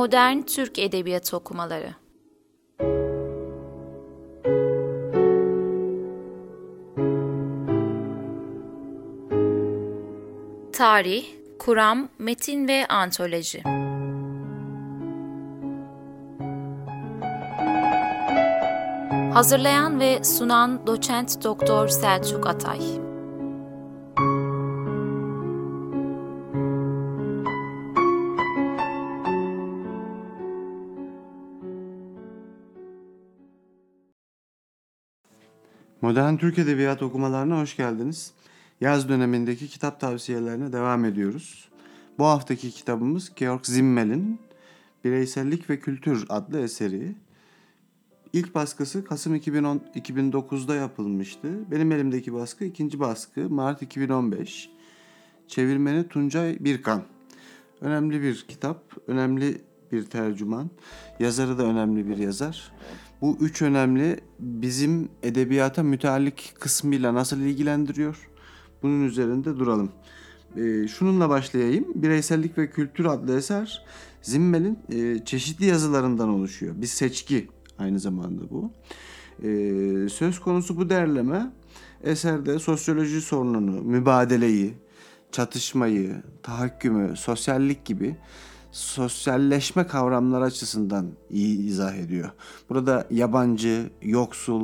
Modern Türk Edebiyatı okumaları. Tarih, kuram, metin ve antoloji. Hazırlayan ve sunan Doçent Doktor Selçuk Atay. Modern Türk Edebiyatı okumalarına hoş geldiniz. Yaz dönemindeki kitap tavsiyelerine devam ediyoruz. Bu haftaki kitabımız Georg Simmel'in Bireysellik ve Kültür adlı eseri. İlk baskısı Kasım 2009'da yapılmıştı. Benim elimdeki baskı ikinci baskı Mart 2015. Çevirmeni Tuncay Birkan. Önemli bir kitap, önemli bir tercüman. Yazarı da önemli bir yazar. Bu üç önemli bizim edebiyata müteallik kısmıyla nasıl ilgilendiriyor? Bunun üzerinde duralım. Şununla başlayayım. Bireysellik ve Kültür adlı eser Simmel'in çeşitli yazılarından oluşuyor. Bir seçki aynı zamanda bu. Söz konusu bu derleme eserde sosyoloji sorununu, mübadeleyi, çatışmayı, tahakkümü, sosyallik gibi sosyalleşme kavramları açısından iyi izah ediyor. Burada yabancı, yoksul,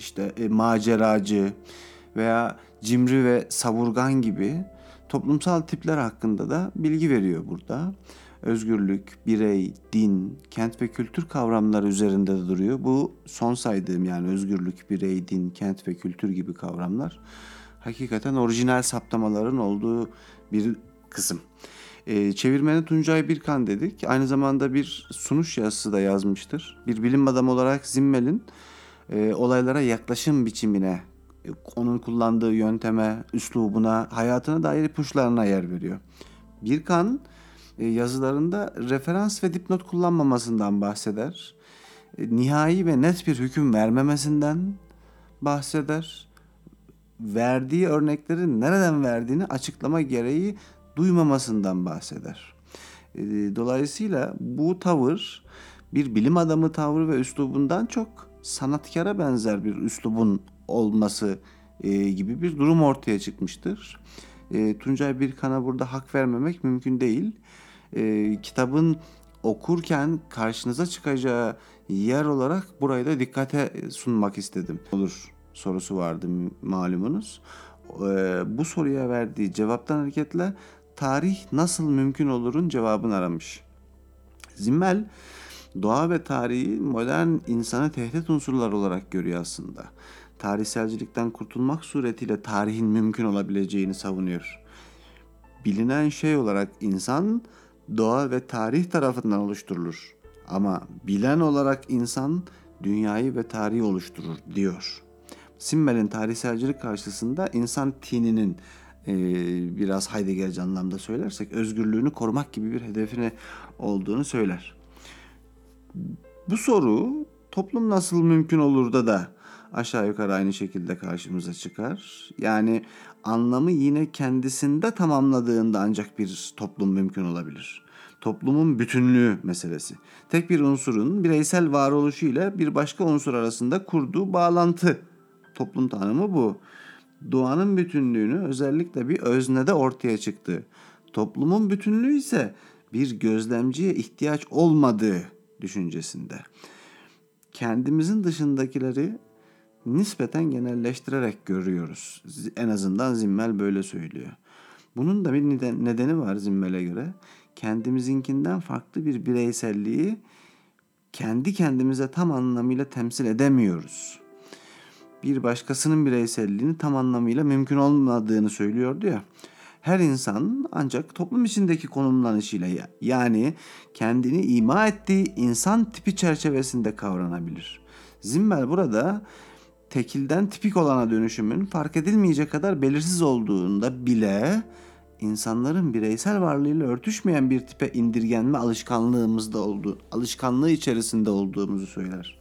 maceracı veya cimri ve savurgan gibi toplumsal tipler hakkında da bilgi veriyor burada. Özgürlük, birey, din, kent ve kültür kavramları üzerinde de duruyor. Bu son saydığım yani özgürlük, birey, din, kent ve kültür gibi kavramlar hakikaten orijinal saptamaların olduğu bir kısım. Çevirmeni Tuncay Birkan dedik. Aynı zamanda bir sunuş yazısı da yazmıştır. Bir bilim adamı olarak Simmel'in olaylara yaklaşım biçimine, onun kullandığı yönteme, üslubuna, hayatına dair ipuçlarına yer veriyor. Birkan yazılarında referans ve dipnot kullanmamasından bahseder. Nihai ve net bir hüküm vermemesinden bahseder. Verdiği örnekleri nereden verdiğini açıklama gereği duymamasından bahseder. Dolayısıyla bu tavır bir bilim adamı tavrı ve üslubundan çok sanatkara benzer bir üslubun olması gibi bir durum ortaya çıkmıştır. Tuncay Birkan'a burada hak vermemek mümkün değil. Kitabın okurken karşınıza çıkacağı yer olarak burayı da dikkate sunmak istedim. Olur sorusu vardı malumunuz. Bu soruya verdiği cevaptan hareketle tarih nasıl mümkün olurun cevabını aramış. Simmel doğa ve tarihi modern insanı tehdit unsurları olarak görüyor aslında. Tarihselcilikten kurtulmak suretiyle tarihin mümkün olabileceğini savunuyor. Bilinen şey olarak insan doğa ve tarih tarafından oluşturulur. Ama bilen olarak insan dünyayı ve tarihi oluşturur diyor. Simmel'in tarihselcilik karşısında insan tininin biraz Heidegger'ci anlamda söylersek özgürlüğünü korumak gibi bir hedefine olduğunu söyler. Bu soru toplum nasıl mümkün olur da aşağı yukarı aynı şekilde karşımıza çıkar. Yani anlamı yine kendisinde tamamladığında ancak bir toplum mümkün olabilir. Toplumun bütünlüğü meselesi. Tek bir unsurun bireysel varoluşu ile bir başka unsur arasında kurduğu bağlantı. Toplum tanımı bu. Doğanın bütünlüğünü özellikle bir öznede ortaya çıktı. Toplumun bütünlüğü ise bir gözlemciye ihtiyaç olmadığı düşüncesinde. Kendimizin dışındakileri nispeten genelleştirerek görüyoruz. En azından Simmel böyle söylüyor. Bunun da bir nedeni var Simmel'e göre. Kendimizinkinden farklı bir bireyselliği kendi kendimize tam anlamıyla temsil edemiyoruz. Bir başkasının bireyselliğini tam anlamıyla mümkün olmadığını söylüyordu ya. Her insan ancak toplum içindeki konumlanışıyla yani kendini ima ettiği insan tipi çerçevesinde kavranabilir. Simmel burada tekilden tipik olana dönüşümün fark edilmeyecek kadar belirsiz olduğunda bile insanların bireysel varlığıyla örtüşmeyen bir tipe indirgenme alışkanlığı içerisinde olduğumuzu söyler.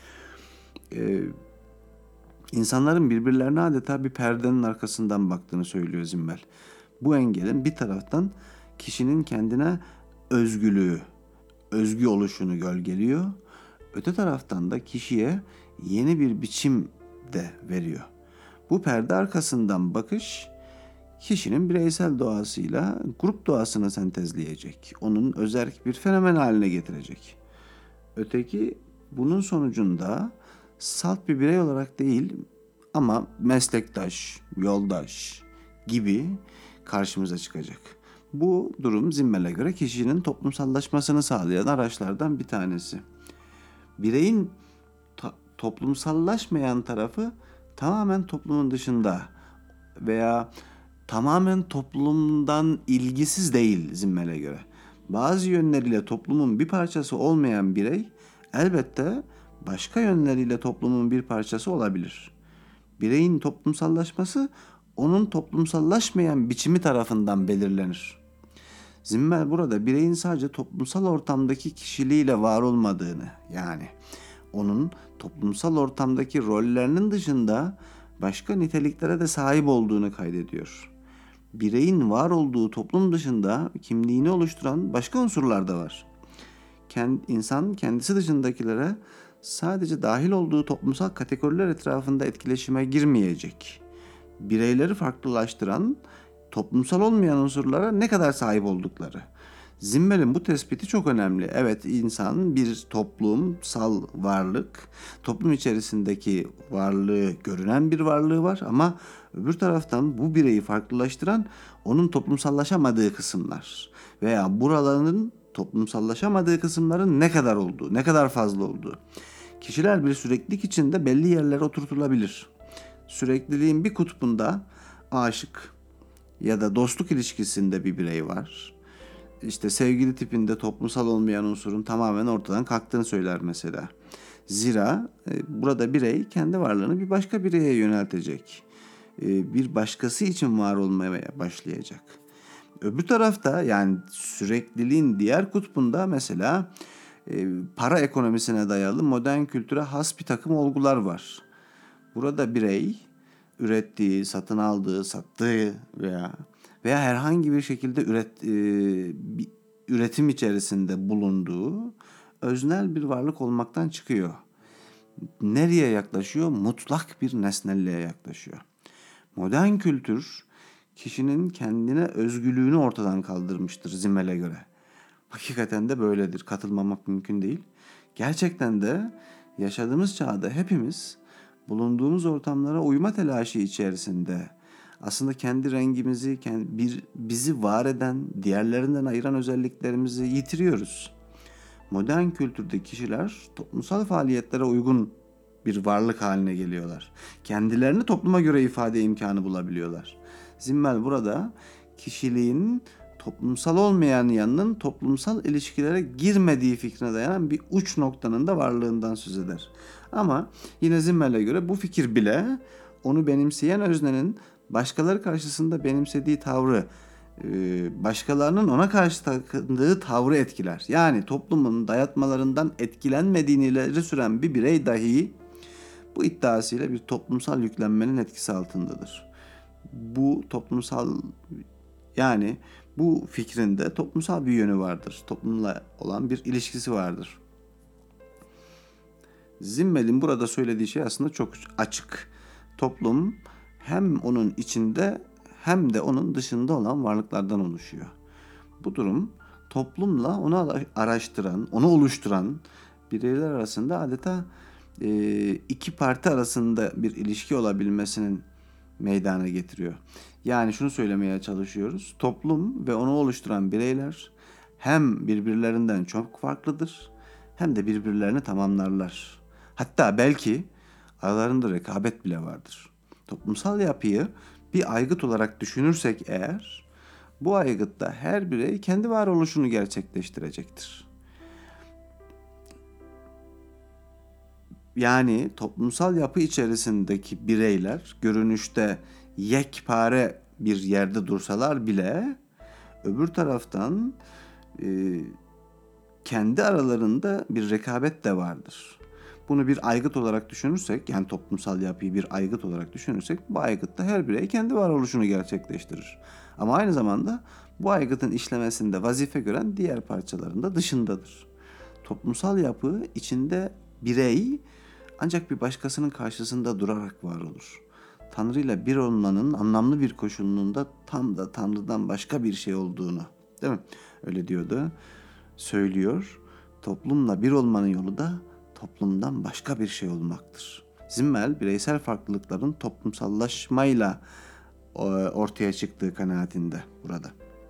İnsanların birbirlerine adeta bir perdenin arkasından baktığını söylüyor Simmel. Bu engelin bir taraftan kişinin kendine özgürlüğü, özgü oluşunu gölgeliyor. Öte taraftan da kişiye yeni bir biçim de veriyor. Bu perde arkasından bakış kişinin bireysel doğasıyla grup doğasını sentezleyecek. Onun özerk bir fenomen haline getirecek. Öteki bunun sonucunda salt bir birey olarak değil ama meslektaş, yoldaş gibi karşımıza çıkacak. Bu durum Zimmel'e göre kişinin toplumsallaşmasını sağlayan araçlardan bir tanesi. Bireyin toplumsallaşmayan tarafı tamamen toplumun dışında veya tamamen toplumdan ilgisiz değil Zimmel'e göre. Bazı yönleriyle toplumun bir parçası olmayan birey elbette başka yönleriyle toplumun bir parçası olabilir. Bireyin toplumsallaşması onun toplumsallaşmayan biçimi tarafından belirlenir. Zimmel burada bireyin sadece toplumsal ortamdaki kişiliğiyle var olmadığını, yani onun toplumsal ortamdaki rollerinin dışında başka niteliklere de sahip olduğunu kaydediyor. Bireyin var olduğu toplum dışında kimliğini oluşturan başka unsurlar da var. İnsan kendisi dışındakilere sadece dahil olduğu toplumsal kategoriler etrafında etkileşime girmeyecek. Bireyleri farklılaştıran toplumsal olmayan unsurlara ne kadar sahip oldukları. Zimmel'in bu tespiti çok önemli. Evet, insan bir toplumsal varlık. Toplum içerisindeki varlığı, görünen bir varlığı var ama öbür taraftan bu bireyi farklılaştıran onun toplumsallaşamadığı kısımlar veya buraların toplumsallaşamadığı kısımların ne kadar olduğu, ne kadar fazla olduğu. Kişiler bir süreklilik içinde belli yerlere oturtulabilir. Sürekliliğin bir kutbunda aşık ya da dostluk ilişkisinde bir birey var. İşte sevgili tipinde toplumsal olmayan unsurun tamamen ortadan kalktığını söyler mesela. Zira burada birey kendi varlığını bir başka bireye yöneltecek. Bir başkası için var olmaya başlayacak. Öbür tarafta, yani sürekliliğin diğer kutbunda mesela para ekonomisine dayalı modern kültüre has bir takım olgular var. Burada birey ürettiği, satın aldığı, sattığı veya herhangi bir şekilde üretim içerisinde bulunduğu öznel bir varlık olmaktan çıkıyor. Nereye yaklaşıyor? Mutlak bir nesnelliğe yaklaşıyor. Modern kültür kişinin kendine özgürlüğünü ortadan kaldırmıştır Zimmel'e göre. Hakikaten de böyledir. Katılmamak mümkün değil. Gerçekten de yaşadığımız çağda hepimiz bulunduğumuz ortamlara uyma telaşı içerisinde aslında kendi rengimizi, bizi var eden, diğerlerinden ayıran özelliklerimizi yitiriyoruz. Modern kültürde kişiler toplumsal faaliyetlere uygun bir varlık haline geliyorlar. Kendilerini topluma göre ifade imkanı bulabiliyorlar. Zimmel burada kişiliğin toplumsal olmayan yanının toplumsal ilişkilere girmediği fikrine dayanan bir uç noktanın da varlığından söz eder. Ama yine Zimmel'e göre bu fikir bile onu benimseyen öznenin başkaları karşısında benimsediği tavrı, başkalarının ona karşı takındığı tavrı etkiler. Yani toplumun dayatmalarından etkilenmediğini ileri süren bir birey dahi bu iddiasıyla bir toplumsal yüklenmenin etkisi altındadır. Bu fikrinde toplumsal bir yönü vardır. Toplumla olan bir ilişkisi vardır. Zimmel'in burada söylediği şey aslında çok açık. Toplum hem onun içinde hem de onun dışında olan varlıklardan oluşuyor. Bu durum toplumla onu araştıran, onu oluşturan bireyler arasında adeta iki parti arasında bir ilişki olabilmesinin meydana getiriyor. Yani şunu söylemeye çalışıyoruz. Toplum ve onu oluşturan bireyler hem birbirlerinden çok farklıdır hem de birbirlerini tamamlarlar. Hatta belki aralarında rekabet bile vardır. Toplumsal yapıyı bir aygıt olarak düşünürsek eğer, bu aygıtta her birey kendi varoluşunu gerçekleştirecektir. Yani toplumsal yapı içerisindeki bireyler görünüşte yekpare bir yerde dursalar bile öbür taraftan kendi aralarında bir rekabet de vardır. Bunu bir aygıt olarak düşünürsek, yani toplumsal yapıyı bir aygıt olarak düşünürsek, bu aygıtta her birey kendi varoluşunu gerçekleştirir. Ama aynı zamanda bu aygıtın işlemesinde vazife gören diğer parçaların da dışındadır. Toplumsal yapı içinde birey ancak bir başkasının karşısında durarak var olur. Tanrı ile bir olmanın anlamlı bir koşulunun da tam da Tanrı'dan başka bir şey olduğunu, değil mi? Öyle diyordu, söylüyor. Toplumla bir olmanın yolu da toplumdan başka bir şey olmaktır. Zimmel bireysel farklılıkların toplumsallaşmayla ortaya çıktığı kanaatinde burada.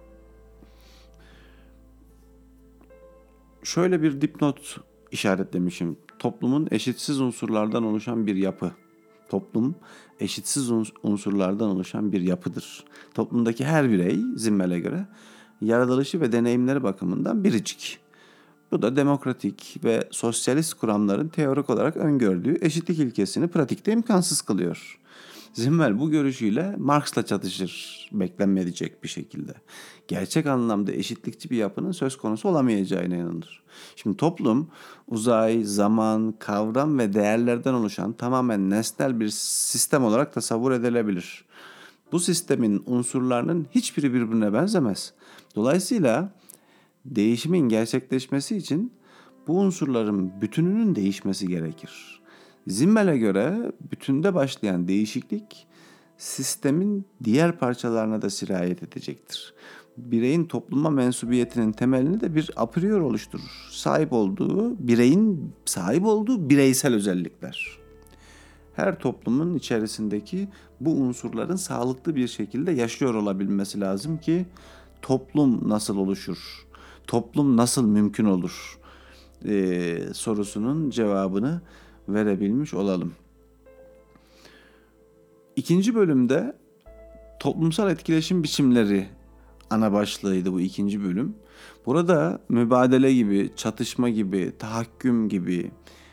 Şöyle bir dipnot işaretlemişim. Toplumun eşitsiz unsurlardan oluşan bir yapı. Toplum eşitsiz unsurlardan oluşan bir yapıdır. Toplumdaki her birey Zimmel'e göre yaratılışı ve deneyimleri bakımından biricik. Bu da demokratik ve sosyalist kuramların teorik olarak öngördüğü eşitlik ilkesini pratikte imkansız kılıyor. Zimmel bu görüşüyle Marx'la çatışır beklenmeyecek bir şekilde. Gerçek anlamda eşitlikçi bir yapının söz konusu olamayacağına inanır. Şimdi toplum uzay, zaman, kavram ve değerlerden oluşan tamamen nesnel bir sistem olarak tasavvur edilebilir. Bu sistemin unsurlarının hiçbiri birbirine benzemez. Dolayısıyla değişimin gerçekleşmesi için bu unsurların bütününün değişmesi gerekir. Zimmel'e göre bütünde başlayan değişiklik sistemin diğer parçalarına da sirayet edecektir. Bireyin topluma mensubiyetinin temelini de bir a priori oluşturur. Bireyin sahip olduğu bireysel özellikler. Her toplumun içerisindeki bu unsurların sağlıklı bir şekilde yaşıyor olabilmesi lazım ki toplum nasıl oluşur? Toplum nasıl mümkün olur? Sorusunun cevabını verebilmiş olalım. İkinci bölümde toplumsal etkileşim biçimleri ana başlığıydı bu ikinci bölüm. Burada mübadele gibi, çatışma gibi, tahakküm gibi,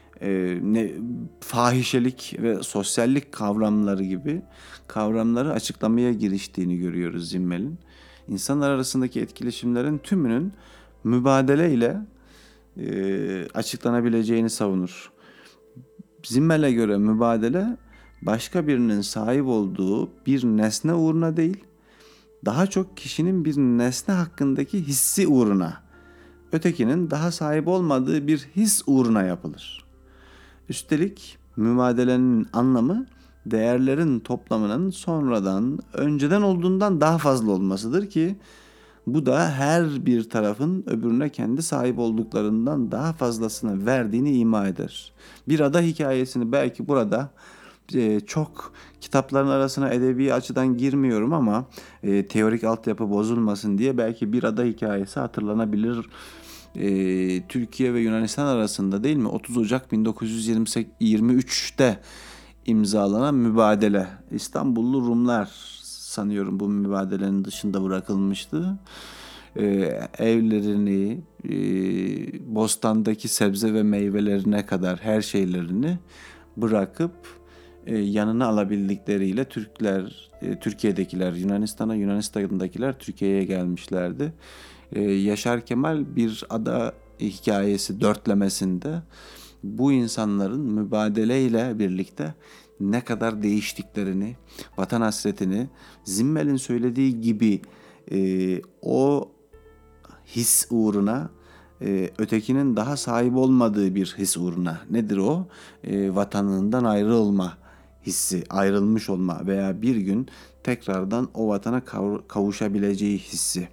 fahişelik ve sosyallik kavramları gibi kavramları açıklamaya giriştiğini görüyoruz Zimmel'in. İnsanlar arasındaki etkileşimlerin tümünün mübadele ile açıklanabileceğini savunur. Zimmel'e göre mübadele başka birinin sahip olduğu bir nesne uğruna değil, daha çok kişinin bir nesne hakkındaki hissi uğruna, ötekinin daha sahip olmadığı bir his uğruna yapılır. Üstelik mübadelenin anlamı değerlerin toplamının sonradan, önceden olduğundan daha fazla olmasıdır ki bu da her bir tarafın öbürüne kendi sahip olduklarından daha fazlasını verdiğini ima eder. Bir ada hikayesini belki burada çok kitapların arasına edebi açıdan girmiyorum ama teorik altyapı bozulmasın diye belki bir ada hikayesi hatırlanabilir. Türkiye ve Yunanistan arasında değil mi? 30 Ocak 1923'te imzalanan mübadele. İstanbullu Rumlar sanıyorum bu mübadelenin dışında bırakılmıştı. Evlerini, bostandaki sebze ve meyvelerine kadar her şeylerini bırakıp yanına alabildikleriyle Türkiye'dekiler Yunanistan'a, Yunanistan'dakiler Türkiye'ye gelmişlerdi. Yaşar Kemal bir ada hikayesi dörtlemesinde bu insanların mübadeleyle birlikte ne kadar değiştiklerini, vatan hasretini, Zimmel'in söylediği gibi o his uğruna, ötekinin daha sahip olmadığı bir his uğruna, nedir o? Vatanından ayrılma hissi, ayrılmış olma veya bir gün tekrardan o vatana kavuşabileceği hissi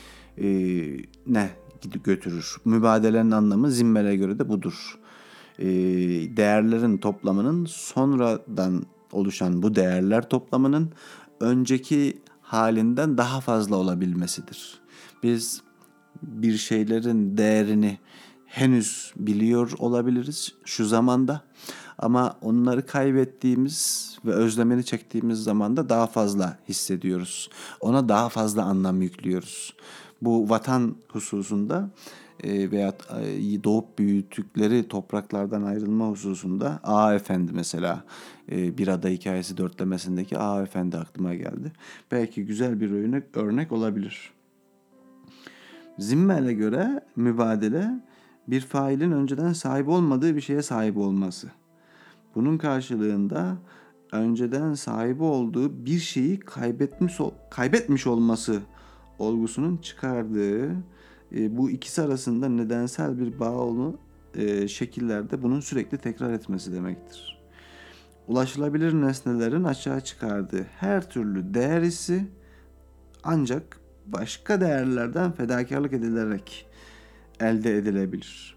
götürür. Mübadelenin anlamı Zimmel'e göre de budur. Değerlerin toplamının sonradan oluşan bu değerler toplamının önceki halinden daha fazla olabilmesidir. Biz bir şeylerin değerini henüz biliyor olabiliriz şu zamanda ama onları kaybettiğimiz ve özlemini çektiğimiz zaman da daha fazla hissediyoruz. Ona daha fazla anlam yüklüyoruz. Bu vatan hususunda veya doğup büyüdükleri topraklardan ayrılma hususunda Ağa Efendi mesela bir ada hikayesi dörtlemesindeki Ağa Efendi aklıma geldi. Belki güzel bir örnek olabilir. Zimmel'e göre mübadele bir failin önceden sahip olmadığı bir şeye sahip olması. Bunun karşılığında önceden sahibi olduğu bir şeyi kaybetmiş olması olgusunun çıkardığı bu ikisi arasında nedensel bir bağ olduğu şekillerde bunun sürekli tekrar etmesi demektir. Ulaşılabilir nesnelerin açığa çıkardığı her türlü değer hissi ancak başka değerlerden fedakarlık edilerek elde edilebilir.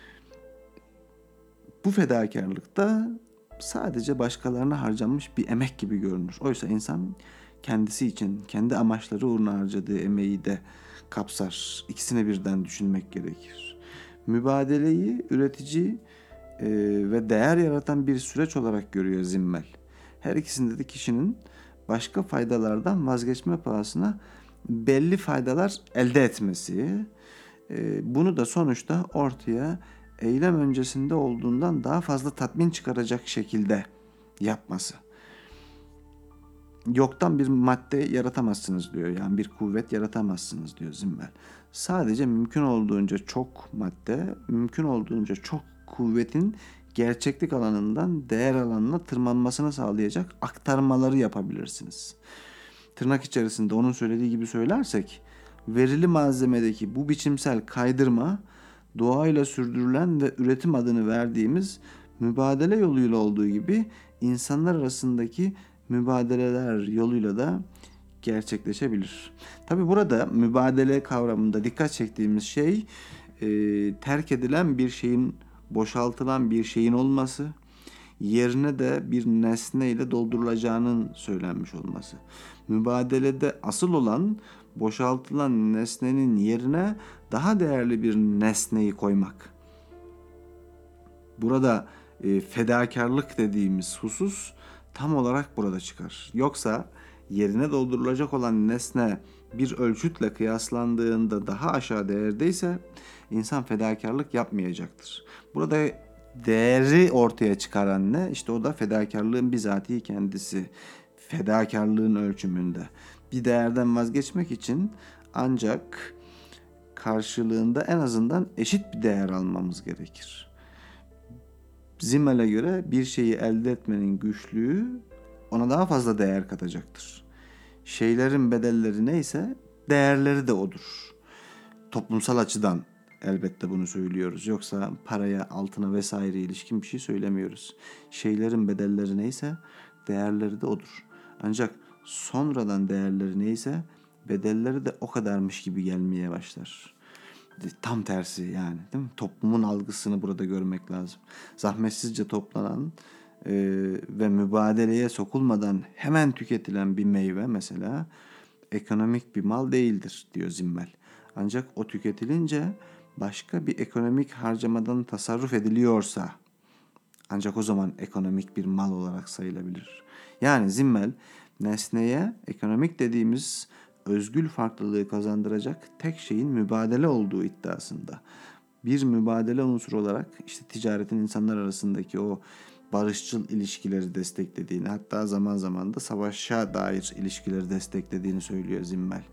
Bu fedakarlıkta sadece başkalarına harcanmış bir emek gibi görünür. Oysa insan kendisi için, kendi amaçları uğruna harcadığı emeği de kapsar. İkisini birden düşünmek gerekir. Mübadeleyi üretici ve değer yaratan bir süreç olarak görüyor Zimmel. Her ikisinde de kişinin başka faydalardan vazgeçme pahasına belli faydalar elde etmesi, bunu da sonuçta ortaya eylem öncesinde olduğundan daha fazla tatmin çıkaracak şekilde yapması. Yoktan bir madde yaratamazsınız diyor. Yani bir kuvvet yaratamazsınız diyor Zimmel. Sadece mümkün olduğunca çok madde, mümkün olduğunca çok kuvvetin gerçeklik alanından değer alanına tırmanmasını sağlayacak aktarmaları yapabilirsiniz. Tırnak içerisinde onun söylediği gibi söylersek, verili malzemedeki bu biçimsel kaydırma doğayla sürdürülen ve üretim adını verdiğimiz mübadele yoluyla olduğu gibi insanlar arasındaki mübadeleler yoluyla da gerçekleşebilir. Tabi burada mübadele kavramında dikkat çektiğimiz şey terk edilen bir şeyin, boşaltılan bir şeyin olması, yerine de bir nesne ile doldurulacağının söylenmiş olması. Mübadelede asıl olan boşaltılan nesnenin yerine daha değerli bir nesneyi koymak. Burada fedakarlık dediğimiz husus tam olarak burada çıkar. Yoksa yerine doldurulacak olan nesne bir ölçütle kıyaslandığında daha aşağı değerdeyse insan fedakarlık yapmayacaktır. Burada değeri ortaya çıkaran ne? İşte o da fedakarlığın bizatihi kendisi. Fedakarlığın ölçümünde. Bir değerden vazgeçmek için ancak karşılığında en azından eşit bir değer almamız gerekir. Zimmel'e göre bir şeyi elde etmenin güçlüğü ona daha fazla değer katacaktır. Şeylerin bedelleri neyse değerleri de odur. Toplumsal açıdan elbette bunu söylüyoruz. Yoksa paraya, altına vesaire ilişkin bir şey söylemiyoruz. Şeylerin bedelleri neyse değerleri de odur. Ancak sonradan değerleri neyse bedelleri de o kadarmış gibi gelmeye başlar. Tam tersi yani, değil mi? Toplumun algısını burada görmek lazım. Zahmetsizce toplanan ve mübadeleye sokulmadan hemen tüketilen bir meyve mesela ekonomik bir mal değildir diyor Zimmel. Ancak o tüketilince başka bir ekonomik harcamadan tasarruf ediliyorsa ancak o zaman ekonomik bir mal olarak sayılabilir. Yani Zimmel nesneye ekonomik dediğimiz özgül farklılığı kazandıracak tek şeyin mübadele olduğu iddiasında. Bir mübadele unsuru olarak işte ticaretin insanlar arasındaki o barışçıl ilişkileri desteklediğini, hatta zaman zaman da savaşa dair ilişkileri desteklediğini söylüyor Zimmel.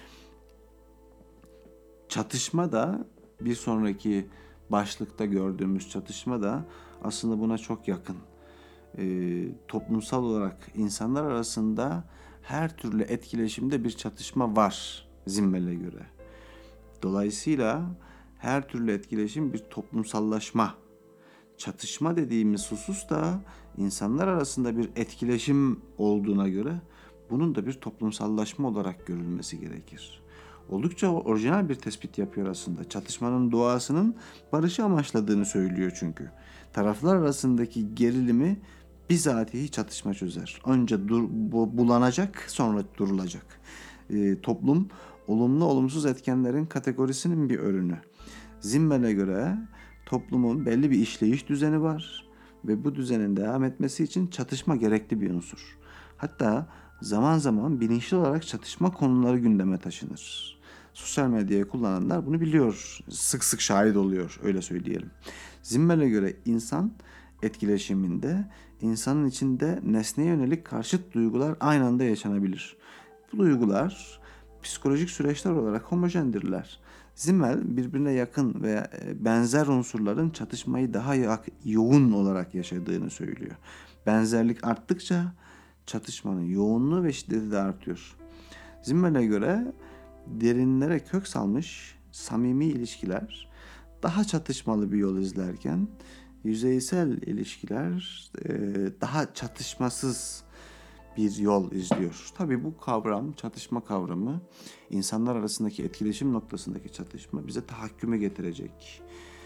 Çatışma da bir sonraki başlıkta gördüğümüz çatışma da aslında buna çok yakın. Toplumsal olarak insanlar arasında her türlü etkileşimde bir çatışma var Zimmel'e göre. Dolayısıyla her türlü etkileşim bir toplumsallaşma. Çatışma dediğimiz husus da insanlar arasında bir etkileşim olduğuna göre bunun da bir toplumsallaşma olarak görülmesi gerekir. Oldukça orijinal bir tespit yapıyor aslında. Çatışmanın doğasının barışı amaçladığını söylüyor çünkü. Taraflar arasındaki gerilimi bizatihi çatışma çözer. Önce bulanacak, sonra durulacak. Toplum olumlu olumsuz etkenlerin kategorisinin bir ürünü. Zimmel'e göre toplumun belli bir işleyiş düzeni var ve bu düzenin devam etmesi için çatışma gerekli bir unsur. Hatta zaman zaman bilinçli olarak çatışma konuları gündeme taşınır. Sosyal medyayı kullananlar bunu biliyor, sık sık şahit oluyor, öyle söyleyelim. Zimmel'e göre insan etkileşiminde insanın içinde nesneye yönelik karşıt duygular aynı anda yaşanabilir. Bu duygular psikolojik süreçler olarak homojendirler. Zimmel birbirine yakın veya benzer unsurların çatışmayı daha yoğun olarak yaşadığını söylüyor. Benzerlik arttıkça çatışmanın yoğunluğu ve şiddeti de artıyor. Zimmel'e göre derinlere kök salmış samimi ilişkiler daha çatışmalı bir yol izlerken yüzeysel ilişkiler daha çatışmasız bir yol izliyor. Tabii bu kavram, çatışma kavramı, insanlar arasındaki etkileşim noktasındaki çatışma bize tahakkümü getirecek.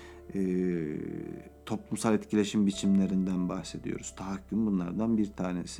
Toplumsal etkileşim biçimlerinden bahsediyoruz. Tahakküm bunlardan bir tanesi.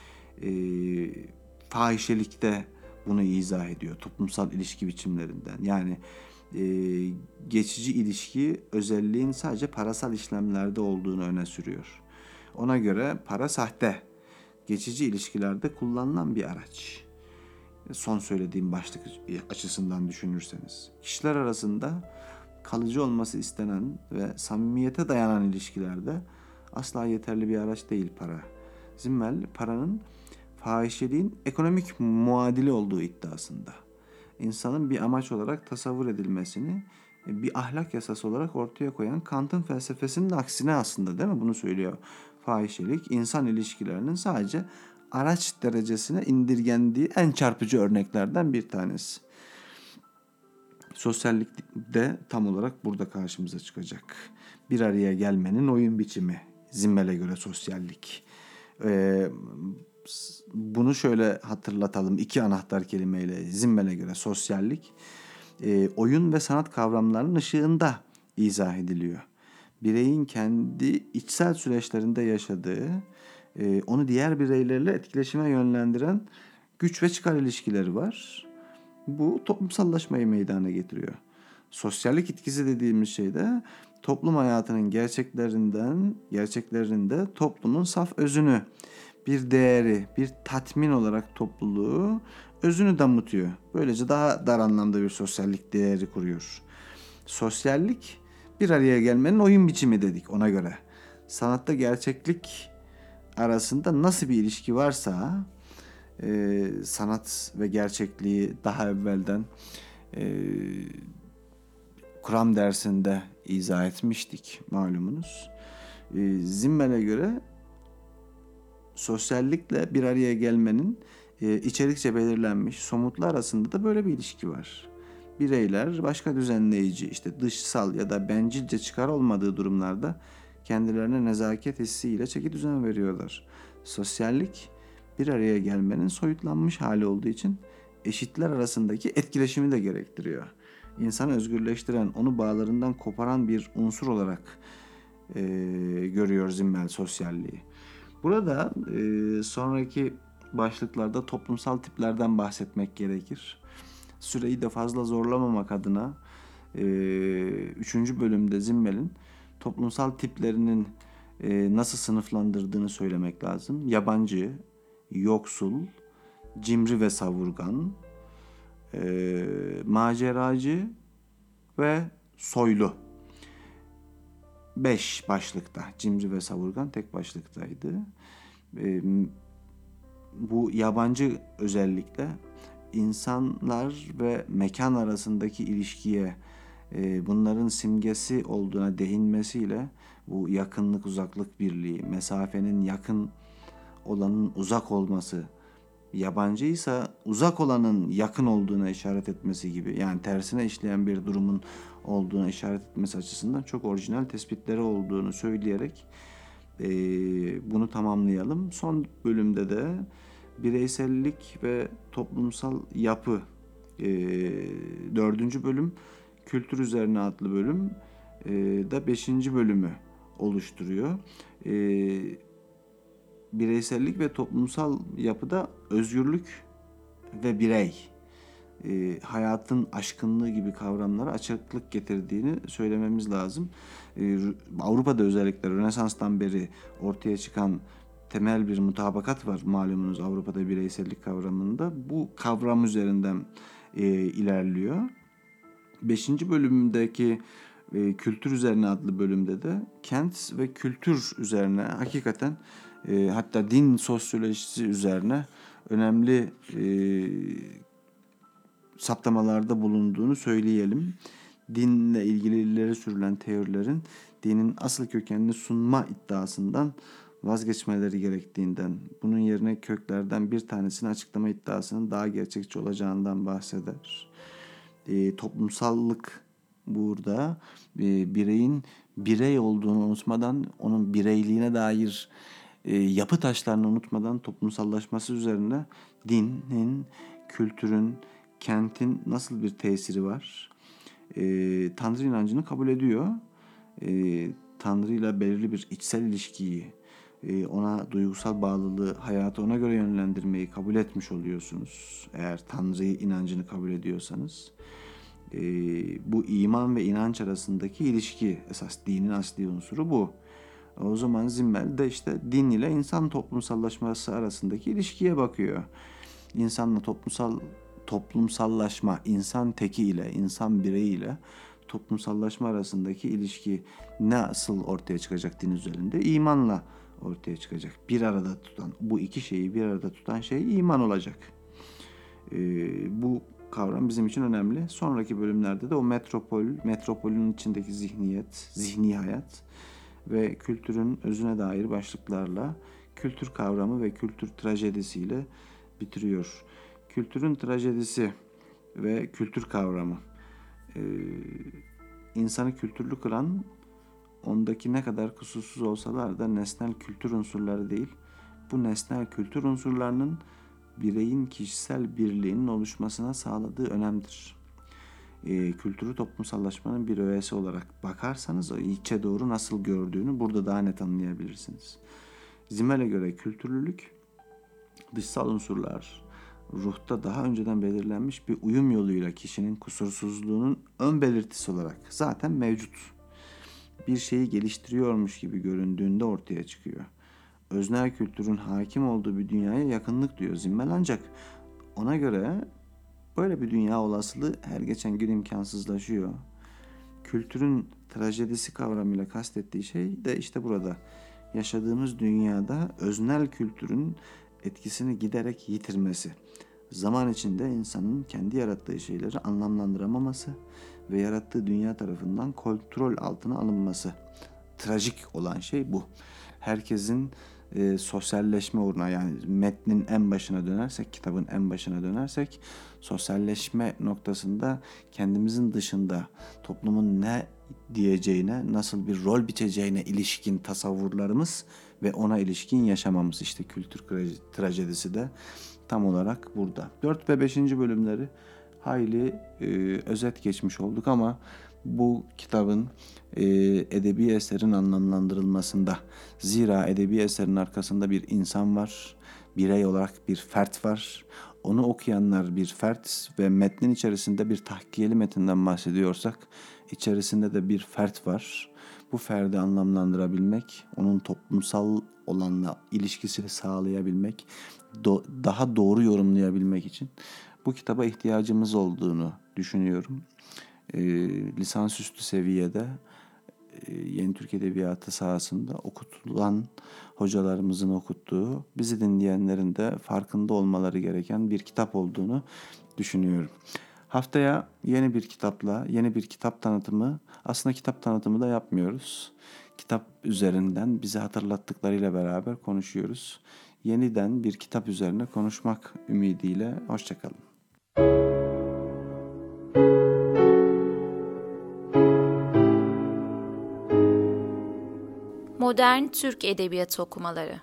Fahişelikte bunu izah ediyor. Toplumsal ilişki biçimlerinden. Yani geçici ilişki özelliğin sadece parasal işlemlerde olduğunu öne sürüyor. Ona göre para sahte. Geçici ilişkilerde kullanılan bir araç. Son söylediğim başlık açısından düşünürseniz. Kişiler arasında kalıcı olması istenen ve samimiyete dayanan ilişkilerde asla yeterli bir araç değil para. Zimmel, paranın fahişeliğin ekonomik muadili olduğu iddiasında. İnsanın bir amaç olarak tasavvur edilmesini bir ahlak yasası olarak ortaya koyan Kant'ın felsefesinin aksine aslında, değil mi? Bunu söylüyor. Fahişelik insan ilişkilerinin sadece araç derecesine indirgendiği en çarpıcı örneklerden bir tanesi. Sosyallik de tam olarak burada karşımıza çıkacak. Bir araya gelmenin oyun biçimi. Zimmel'e göre sosyallik. Bunu şöyle hatırlatalım. 2 anahtar kelimeyle Zimmel'e göre sosyallik oyun ve sanat kavramlarının ışığında izah ediliyor. Bireyin kendi içsel süreçlerinde yaşadığı, onu diğer bireylerle etkileşime yönlendiren güç ve çıkar ilişkileri var. Bu toplumsallaşmayı meydana getiriyor. Sosyallik etkisi dediğimiz şey de toplum hayatının gerçeklerinde toplumun saf özünü, bir değeri, bir tatmin olarak topluluğu özünü damıtıyor. Böylece daha dar anlamda bir sosyallik değeri kuruyor. Sosyallik bir araya gelmenin oyun biçimi dedik ona göre. Sanatta gerçeklik arasında nasıl bir ilişki varsa sanat ve gerçekliği daha evvelden kuram dersinde izah etmiştik malumunuz. Zimmel'e göre sosyallikle bir araya gelmenin içerikçe belirlenmiş somutlar arasında da böyle bir ilişki var. Bireyler başka düzenleyici, işte dışsal ya da bencilce çıkar olmadığı durumlarda kendilerine nezaket hissiyle çeki düzen veriyorlar. Sosyallik bir araya gelmenin soyutlanmış hali olduğu için eşitler arasındaki etkileşimi de gerektiriyor. İnsanı özgürleştiren, onu bağlarından koparan bir unsur olarak görüyor Zimmel sosyalliği. Burada sonraki başlıklarda toplumsal tiplerden bahsetmek gerekir. Süreyi de fazla zorlamamak adına 3. bölümde Zimmel'in toplumsal tiplerinin nasıl sınıflandırdığını söylemek lazım. Yabancı, yoksul, cimri ve savurgan, maceracı ve soylu. 5 başlıkta. Cimri ve savurgan tek başlıktaydı. Bu yabancı özellikle insanlar ve mekan arasındaki ilişkiye bunların simgesi olduğuna değinmesiyle bu yakınlık uzaklık birliği, mesafenin yakın olanın uzak olması, yabancıysa uzak olanın yakın olduğuna işaret etmesi gibi, yani tersine işleyen bir durumun olduğuna işaret etmesi açısından çok orijinal tespitleri olduğunu söyleyerek bunu tamamlayalım. Son bölümde de bireysellik ve toplumsal yapı 4. bölüm, kültür üzerine adlı bölüm da 5. bölümü oluşturuyor. Bireysellik ve toplumsal yapıda özgürlük ve birey, hayatın aşkınlığı gibi kavramlara açıklık getirdiğini söylememiz lazım. Avrupa'da özellikle Rönesans'tan beri ortaya çıkan temel bir mutabakat var malumunuz Avrupa'da bireysellik kavramında. Bu kavram üzerinden ilerliyor. 5. bölümdeki kültür üzerine adlı bölümde de kent ve kültür üzerine hakikaten hatta din sosyolojisi üzerine önemli saptamalarda bulunduğunu söyleyelim. Dinle ilgili ileri sürülen teorilerin dinin asıl kökenini sunma iddiasından vazgeçmeleri gerektiğinden, bunun yerine köklerden bir tanesini açıklama iddiasının daha gerçekçi olacağından bahseder. Toplumsallık burada bireyin birey olduğunu unutmadan, onun bireyliğine dair yapı taşlarını unutmadan toplumsallaşması üzerine dinin, kültürün, kentin nasıl bir tesiri var? Tanrı inancını kabul ediyor. Tanrı'yla belirli bir içsel ilişkiyi, ona duygusal bağlılığı, hayatı ona göre yönlendirmeyi kabul etmiş oluyorsunuz. Eğer Tanrı inancını kabul ediyorsanız. Bu iman ve inanç arasındaki ilişki, esas dinin asli unsuru bu. O zaman Zimmel de işte din ile insan toplumsallaşması arasındaki ilişkiye bakıyor. İnsanla toplumsallaşma, insan teki ile, insan bireyi ile toplumsallaşma arasındaki ilişki nasıl ortaya çıkacak din üzerinde? İmanla ortaya çıkacak. Bir arada tutan, bu iki şeyi bir arada tutan şey iman olacak. Bu kavram bizim için önemli. Sonraki bölümlerde de o metropolün içindeki zihniyet, zihni hayat ve kültürün özüne dair başlıklarla kültür kavramı ve kültür trajedisiyle bitiriyor. Kültürün trajedisi ve kültür kavramı. İnsanı kültürlü kılan, ondaki ne kadar kusursuz olsalar da nesnel kültür unsurları değil, bu nesnel kültür unsurlarının bireyin kişisel birliğinin oluşmasına sağladığı önemdir. Kültürü toplumsallaşmanın bir öğesi olarak bakarsanız o içe doğru nasıl gördüğünü burada daha net anlayabilirsiniz. Zimmel'e göre kültürlülük, dışsal unsurlar, ruhta daha önceden belirlenmiş bir uyum yoluyla kişinin kusursuzluğunun ön belirtisi olarak zaten mevcut. Bir şeyi geliştiriyormuş gibi göründüğünde ortaya çıkıyor. Öznel kültürün hakim olduğu bir dünyaya yakınlık diyor Zimmel, ancak ona göre böyle bir dünya olasılığı her geçen gün imkansızlaşıyor. Kültürün trajedisi kavramıyla kastettiği şey de işte burada. Yaşadığımız dünyada öznel kültürün etkisini giderek yitirmesi. Zaman içinde insanın kendi yarattığı şeyleri anlamlandıramaması ve yarattığı dünya tarafından kontrol altına alınması. Trajik olan şey bu. Herkesin sosyalleşme uğruna, yani metnin en başına dönersek, kitabın en başına dönersek, sosyalleşme noktasında kendimizin dışında toplumun ne diyeceğine, nasıl bir rol biçeceğine ilişkin tasavvurlarımız ve ona ilişkin yaşamamız, işte kültür trajedisi de tam olarak burada. 4 ve 5. bölümleri hayli özet geçmiş olduk ama bu kitabın edebi eserin anlamlandırılmasında, zira edebi eserin arkasında bir insan var, birey olarak bir fert var. Onu okuyanlar bir fert ve metnin içerisinde bir tahkiyeli metinden bahsediyorsak, içerisinde de bir fert var. Bu ferdi anlamlandırabilmek, onun toplumsal olanla ilişkisini sağlayabilmek, daha doğru yorumlayabilmek için bu kitaba ihtiyacımız olduğunu düşünüyorum. Lisansüstü seviyede Yeni Türk Edebiyatı sahasında okutulan hocalarımızın okuttuğu, bizi dinleyenlerin de farkında olmaları gereken bir kitap olduğunu düşünüyorum. Haftaya yeni bir kitapla, yeni bir kitap tanıtımı, aslında kitap tanıtımı da yapmıyoruz. Kitap üzerinden bize hatırlattıklarıyla beraber konuşuyoruz. Yeniden bir kitap üzerine konuşmak ümidiyle hoşçakalın. Modern Türk Edebiyatı okumaları.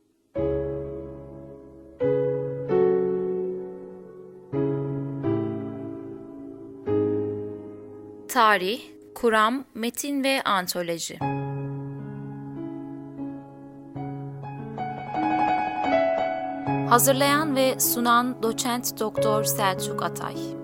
Tarih, kuram, metin ve antoloji. Hazırlayan ve sunan Doçent Doktor Selçuk Atay.